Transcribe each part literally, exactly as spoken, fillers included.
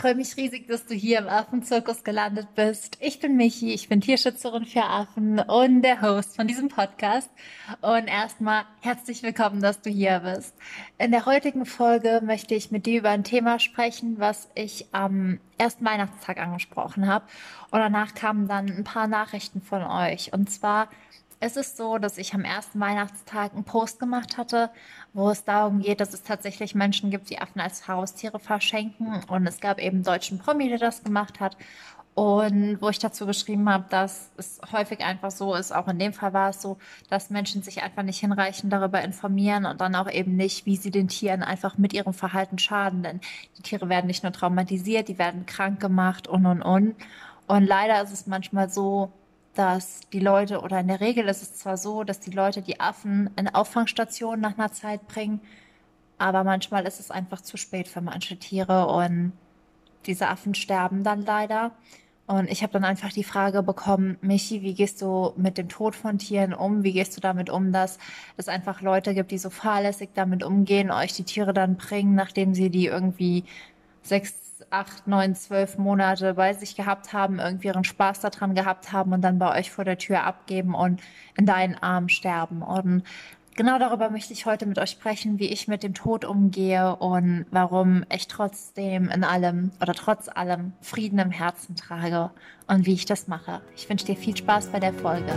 freue mich riesig, dass du hier im Affenzirkus gelandet bist. Ich bin Michi, ich bin Tierschützerin für Affen und der Host von diesem Podcast. Und erstmal herzlich willkommen, dass du hier bist. In der heutigen Folge möchte ich mit dir über ein Thema sprechen, was ich am ersten Weihnachtstag angesprochen habe. Und danach kamen dann ein paar Nachrichten von euch. Und zwar es ist so, dass ich am ersten Weihnachtstag einen Post gemacht hatte, wo es darum geht, dass es tatsächlich Menschen gibt, die Affen als Haustiere verschenken. Und es gab eben einen deutschen Promi, der das gemacht hat. Und wo ich dazu geschrieben habe, dass es häufig einfach so ist, auch in dem Fall war es so, dass Menschen sich einfach nicht hinreichend darüber informieren und dann auch eben nicht, wie sie den Tieren einfach mit ihrem Verhalten schaden. Denn die Tiere werden nicht nur traumatisiert, die werden krank gemacht und und und. Und leider ist es manchmal so, dass die Leute, oder in der Regel ist es zwar so, dass die Leute die Affen in Auffangstationen nach einer Zeit bringen, aber manchmal ist es einfach zu spät für manche Tiere und diese Affen sterben dann leider. Und ich habe dann einfach die Frage bekommen, Michi, wie gehst du mit dem Tod von Tieren um? Wie gehst du damit um, dass es einfach Leute gibt, die so fahrlässig damit umgehen, euch die Tiere dann bringen, nachdem sie die irgendwie sechs, acht, neun, zwölf Monate bei sich gehabt haben, irgendwie ihren Spaß daran gehabt haben und dann bei euch vor der Tür abgeben und in deinen Armen sterben. Und genau darüber möchte ich heute mit euch sprechen, wie ich mit dem Tod umgehe und warum ich trotzdem in allem oder trotz allem Frieden im Herzen trage und wie ich das mache. Ich wünsche dir viel Spaß bei der Folge.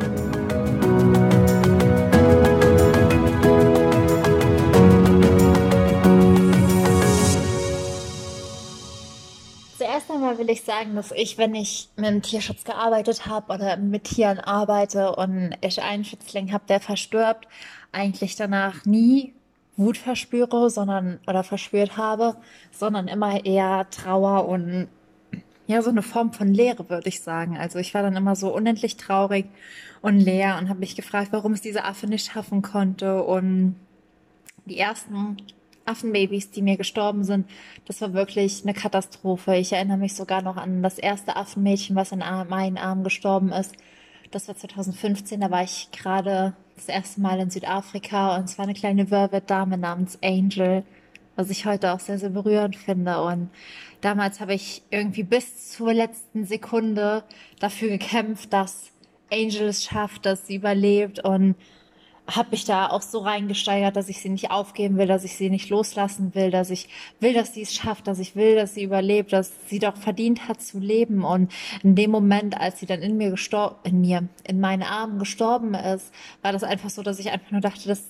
Zuerst einmal will ich sagen, dass ich, wenn ich mit dem Tierschutz gearbeitet habe oder mit Tieren arbeite und ich einen Schützling habe, der verstirbt, eigentlich danach nie Wut verspüre, sondern oder verspürt habe, sondern immer eher Trauer und ja, so eine Form von Leere, würde ich sagen. Also ich war dann immer so unendlich traurig und leer und habe mich gefragt, warum es dieser Affe nicht schaffen konnte. Und die ersten Affenbabys, die mir gestorben sind, das war wirklich eine Katastrophe. Ich erinnere mich sogar noch an das erste Affenmädchen, was in meinen Armen gestorben ist. Das war zwanzig fünfzehn, da war ich gerade das erste Mal in Südafrika und es war eine kleine Vervet-Dame namens Angel, was ich heute auch sehr, sehr berührend finde. Und damals habe ich irgendwie bis zur letzten Sekunde dafür gekämpft, dass Angel es schafft, dass sie überlebt und habe mich da auch so reingesteigert, dass ich sie nicht aufgeben will, dass ich sie nicht loslassen will, dass ich will, dass sie es schafft, dass ich will, dass sie überlebt, dass sie doch verdient hat zu leben. Und in dem Moment, als sie dann in mir gestorben, in mir, in meinen Armen gestorben ist, war das einfach so, dass ich einfach nur dachte, dass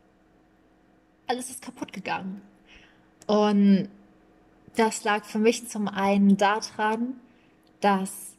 alles ist kaputt gegangen. Und das lag für mich zum einen daran, dass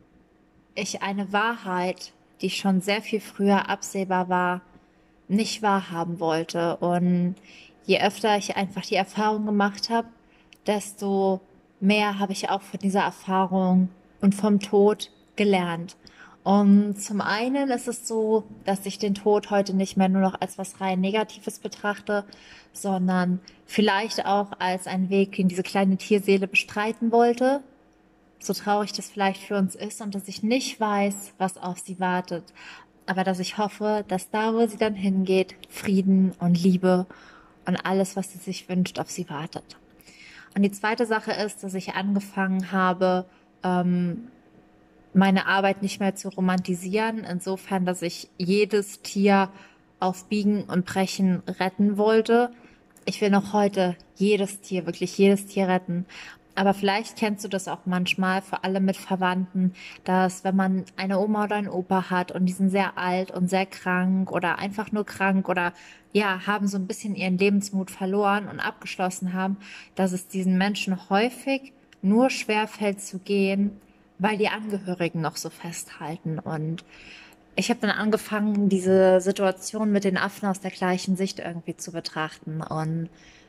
ich eine Wahrheit, die schon sehr viel früher absehbar war, nicht wahrhaben wollte. Und je öfter ich einfach die Erfahrung gemacht habe, desto mehr habe ich auch von dieser Erfahrung und vom Tod gelernt. Und zum einen ist es so, dass ich den Tod heute nicht mehr nur noch als was rein Negatives betrachte, sondern vielleicht auch als einen Weg, den diese kleine Tierseele bestreiten wollte, so traurig das vielleicht für uns ist und dass ich nicht weiß, was auf sie wartet, aber dass ich hoffe, dass da, wo sie dann hingeht, Frieden und Liebe und alles, was sie sich wünscht, auf sie wartet. Und die zweite Sache ist, dass ich angefangen habe, ähm, meine Arbeit nicht mehr zu romantisieren, insofern, dass ich jedes Tier auf Biegen und Brechen retten wollte. Ich will noch heute jedes Tier, wirklich jedes Tier retten. Aber vielleicht kennst du das auch manchmal, vor allem mit Verwandten, dass wenn man eine Oma oder einen Opa hat und die sind sehr alt und sehr krank oder einfach nur krank oder ja, haben so ein bisschen ihren Lebensmut verloren und abgeschlossen haben, dass es diesen Menschen häufig nur schwerfällt zu gehen, weil die Angehörigen noch so festhalten. Und ich habe dann angefangen, diese Situation mit den Affen aus der gleichen Sicht irgendwie zu betrachten. Und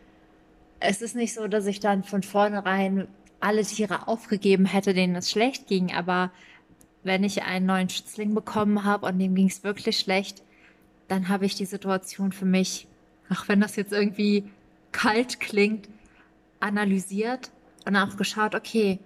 es ist nicht so, dass ich dann von vornherein alle Tiere aufgegeben hätte, denen es schlecht ging, aber wenn ich einen neuen Schützling bekommen habe und dem ging es wirklich schlecht, dann habe ich die Situation für mich, auch wenn das jetzt irgendwie kalt klingt, analysiert und auch geschaut, okay,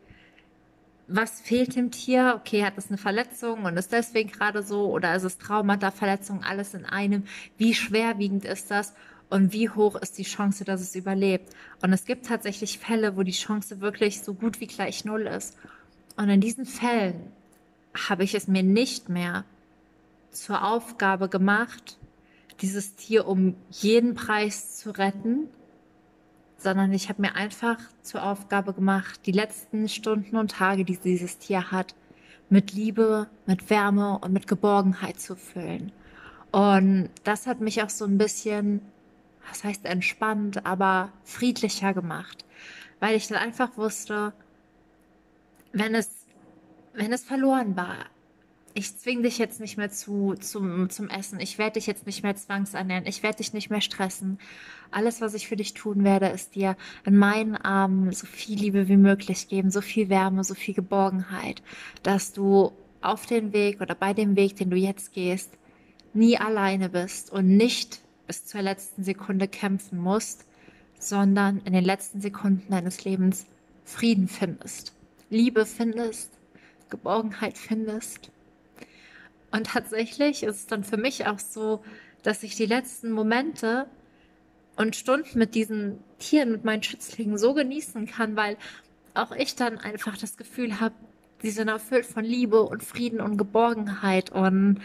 was fehlt dem Tier? Okay, hat es eine Verletzung und ist deswegen gerade so oder ist es Traumata, Verletzung, alles in einem? Wie schwerwiegend ist das? und wie hoch ist die Chance, dass es überlebt. Und es gibt tatsächlich Fälle, wo die Chance wirklich so gut wie gleich null ist. Und in diesen Fällen habe ich es mir nicht mehr zur Aufgabe gemacht, dieses Tier um jeden Preis zu retten, sondern ich habe mir einfach zur Aufgabe gemacht, die letzten Stunden und Tage, die dieses Tier hat, mit Liebe, mit Wärme und mit Geborgenheit zu füllen. Und das hat mich auch so ein bisschen, was heißt entspannt, aber friedlicher gemacht, weil ich dann einfach wusste, wenn es, wenn es verloren war, ich zwing dich jetzt nicht mehr zu, zum, zum Essen. Ich werde dich jetzt nicht mehr zwangsernähren. Ich werde dich nicht mehr stressen. Alles, was ich für dich tun werde, ist dir in meinen Armen so viel Liebe wie möglich geben, so viel Wärme, so viel Geborgenheit, dass du auf den Weg oder bei dem Weg, den du jetzt gehst, nie alleine bist und nicht bis zur letzten Sekunde kämpfen musst, sondern in den letzten Sekunden deines Lebens Frieden findest, Liebe findest, Geborgenheit findest. Und tatsächlich ist es dann für mich auch so, dass ich die letzten Momente und Stunden mit diesen Tieren, mit meinen Schützlingen so genießen kann, weil auch ich dann einfach das Gefühl habe, sie sind erfüllt von Liebe und Frieden und Geborgenheit. Und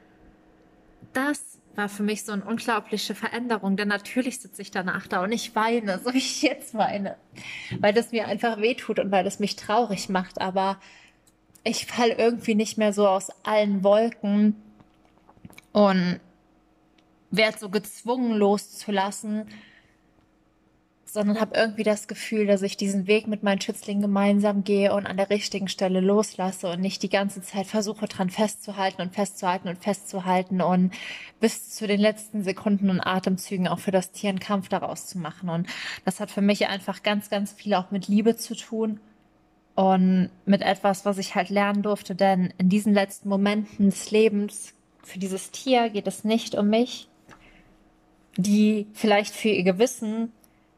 das war für mich so eine unglaubliche Veränderung, denn natürlich sitze ich danach da und ich weine, so wie ich jetzt weine, weil das mir einfach wehtut und weil das mich traurig macht. Aber ich falle irgendwie nicht mehr so aus allen Wolken und werde so gezwungen loszulassen, sondern habe irgendwie das Gefühl, dass ich diesen Weg mit meinen Schützlingen gemeinsam gehe und an der richtigen Stelle loslasse und nicht die ganze Zeit versuche, dran festzuhalten und festzuhalten und festzuhalten und bis zu den letzten Sekunden und Atemzügen auch für das Tier einen Kampf daraus zu machen. Und das hat für mich einfach ganz, ganz viel auch mit Liebe zu tun und mit etwas, was ich halt lernen durfte, denn in diesen letzten Momenten des Lebens für dieses Tier geht es nicht um mich, die vielleicht für ihr Gewissen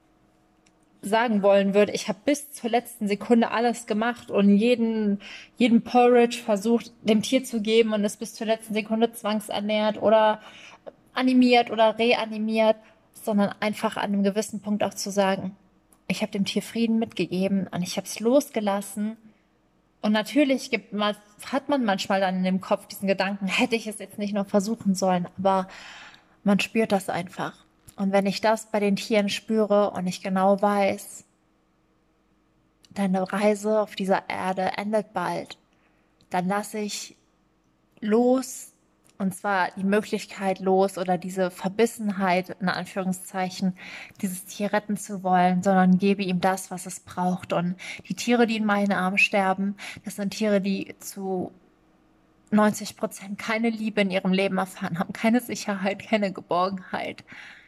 sagen wollen würde, ich habe bis zur letzten Sekunde alles gemacht und jeden, jeden Porridge versucht, dem Tier zu geben und es bis zur letzten Sekunde zwangsernährt oder animiert oder reanimiert, sondern einfach an einem gewissen Punkt auch zu sagen, ich habe dem Tier Frieden mitgegeben und ich habe es losgelassen. Und natürlich gibt man, hat man manchmal dann in dem Kopf diesen Gedanken, hätte ich es jetzt nicht noch versuchen sollen, aber man spürt das einfach. Und wenn ich das bei den Tieren spüre und ich genau weiß, deine Reise auf dieser Erde endet bald, dann lasse ich los, und zwar die Möglichkeit los oder diese Verbissenheit, in Anführungszeichen, dieses Tier retten zu wollen, sondern gebe ihm das, was es braucht. Und die Tiere, die in meinen Armen sterben, das sind Tiere, die zu neunzig Prozent keine Liebe in ihrem Leben erfahren haben, keine Sicherheit, keine Geborgenheit,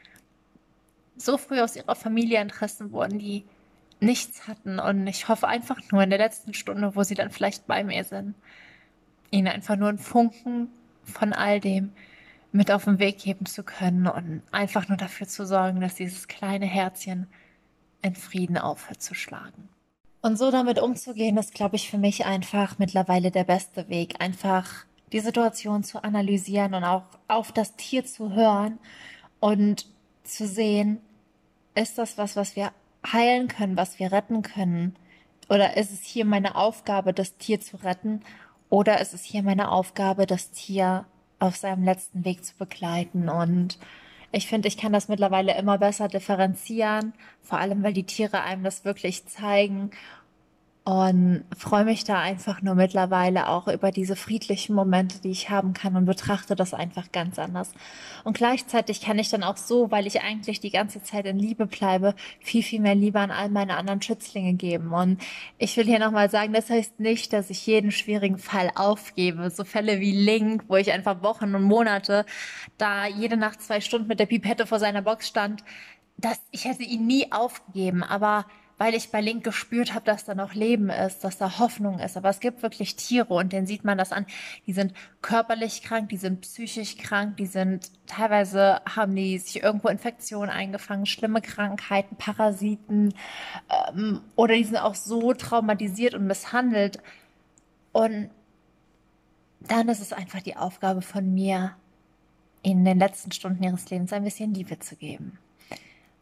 so früh aus ihrer Familie entrissen wurden, die nichts hatten. Und ich hoffe einfach nur in der letzten Stunde, wo sie dann vielleicht bei mir sind, ihnen einfach nur einen Funken von all dem mit auf den Weg geben zu können und einfach nur dafür zu sorgen, dass dieses kleine Herzchen in Frieden aufhört zu schlagen. Und so damit umzugehen, ist, glaube ich, für mich einfach mittlerweile der beste Weg. Einfach die Situation zu analysieren und auch auf das Tier zu hören und zu sehen, ist das was, was wir heilen können, was wir retten können? Oder ist es hier meine Aufgabe, das Tier zu retten? Oder ist es hier meine Aufgabe, das Tier auf seinem letzten Weg zu begleiten? Und ich finde, ich kann das mittlerweile immer besser differenzieren, vor allem weil die Tiere einem das wirklich zeigen. Und freue mich da einfach nur mittlerweile auch über diese friedlichen Momente, die ich haben kann und betrachte das einfach ganz anders. Und gleichzeitig kann ich dann auch so, weil ich eigentlich die ganze Zeit in Liebe bleibe, viel, viel mehr Liebe an all meine anderen Schützlinge geben. Und ich will hier nochmal sagen, das heißt nicht, dass ich jeden schwierigen Fall aufgebe. So Fälle wie Link, wo ich einfach Wochen und Monate da jede Nacht zwei Stunden mit der Pipette vor seiner Box stand, dass ich hätte ihn nie aufgegeben, aber weil ich bei Link gespürt habe, dass da noch Leben ist, dass da Hoffnung ist. Aber es gibt wirklich Tiere und denen sieht man das an. Die sind körperlich krank, die sind psychisch krank, die sind teilweise haben die sich irgendwo Infektionen eingefangen, schlimme Krankheiten, Parasiten ähm, oder die sind auch so traumatisiert und misshandelt. Und dann ist es einfach die Aufgabe von mir, ihnen in den letzten Stunden ihres Lebens ein bisschen Liebe zu geben.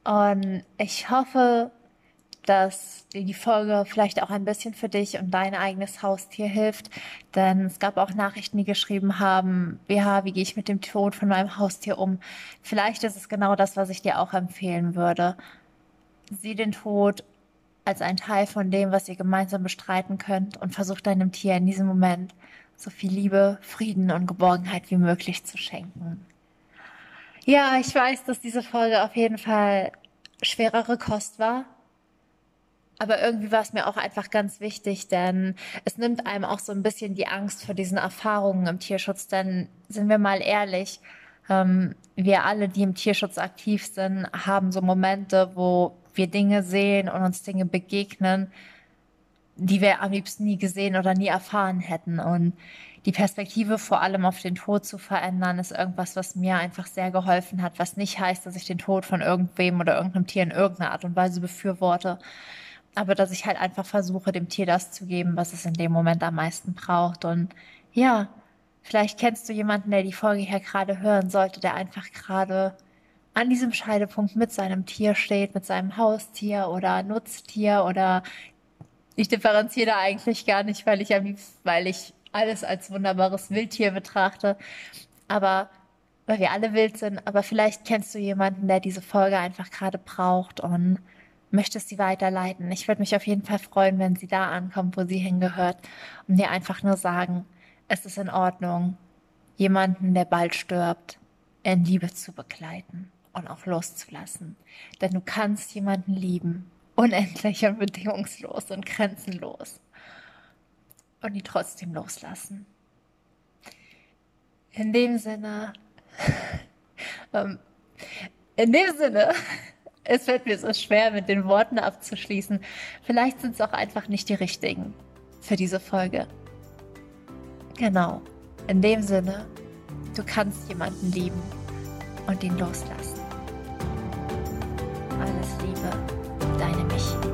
Und ich hoffe, dass dir die Folge vielleicht auch ein bisschen für dich und dein eigenes Haustier hilft. Denn es gab auch Nachrichten, die geschrieben haben, ja, wie gehe ich mit dem Tod von meinem Haustier um? Vielleicht ist es genau das, was ich dir auch empfehlen würde. Sieh den Tod als ein Teil von dem, was ihr gemeinsam bestreiten könnt und versuch deinem Tier in diesem Moment so viel Liebe, Frieden und Geborgenheit wie möglich zu schenken. Ja, ich weiß, dass diese Folge auf jeden Fall schwerere Kost war. Aber irgendwie war es mir auch einfach ganz wichtig, denn es nimmt einem auch so ein bisschen die Angst vor diesen Erfahrungen im Tierschutz. Denn sind wir mal ehrlich, ähm, wir alle, die im Tierschutz aktiv sind, haben so Momente, wo wir Dinge sehen und uns Dinge begegnen, die wir am liebsten nie gesehen oder nie erfahren hätten. Und die Perspektive vor allem auf den Tod zu verändern, ist irgendwas, was mir einfach sehr geholfen hat. Was nicht heißt, dass ich den Tod von irgendwem oder irgendeinem Tier in irgendeiner Art und Weise befürworte. Aber dass ich halt einfach versuche, dem Tier das zu geben, was es in dem Moment am meisten braucht. Und ja, vielleicht kennst du jemanden, der die Folge hier gerade hören sollte, der einfach gerade an diesem Scheidepunkt mit seinem Tier steht, mit seinem Haustier oder Nutztier oder ich differenziere da eigentlich gar nicht, weil ich am liebsten, weil ich alles als wunderbares Wildtier betrachte. Aber weil wir alle wild sind, aber vielleicht kennst du jemanden, der diese Folge einfach gerade braucht und möchtest sie weiterleiten. Ich würde mich auf jeden Fall freuen, wenn sie da ankommt, wo sie hingehört und dir einfach nur sagen, es ist in Ordnung, jemanden, der bald stirbt, in Liebe zu begleiten und auch loszulassen. Denn du kannst jemanden lieben, unendlich und bedingungslos und grenzenlos und ihn trotzdem loslassen. In dem Sinne, ähm, in dem Sinne, es fällt mir so schwer, mit den Worten abzuschließen. Vielleicht sind es auch einfach nicht die richtigen für diese Folge. Genau. In dem Sinne, du kannst jemanden lieben und ihn loslassen. Alles Liebe, deine Michi.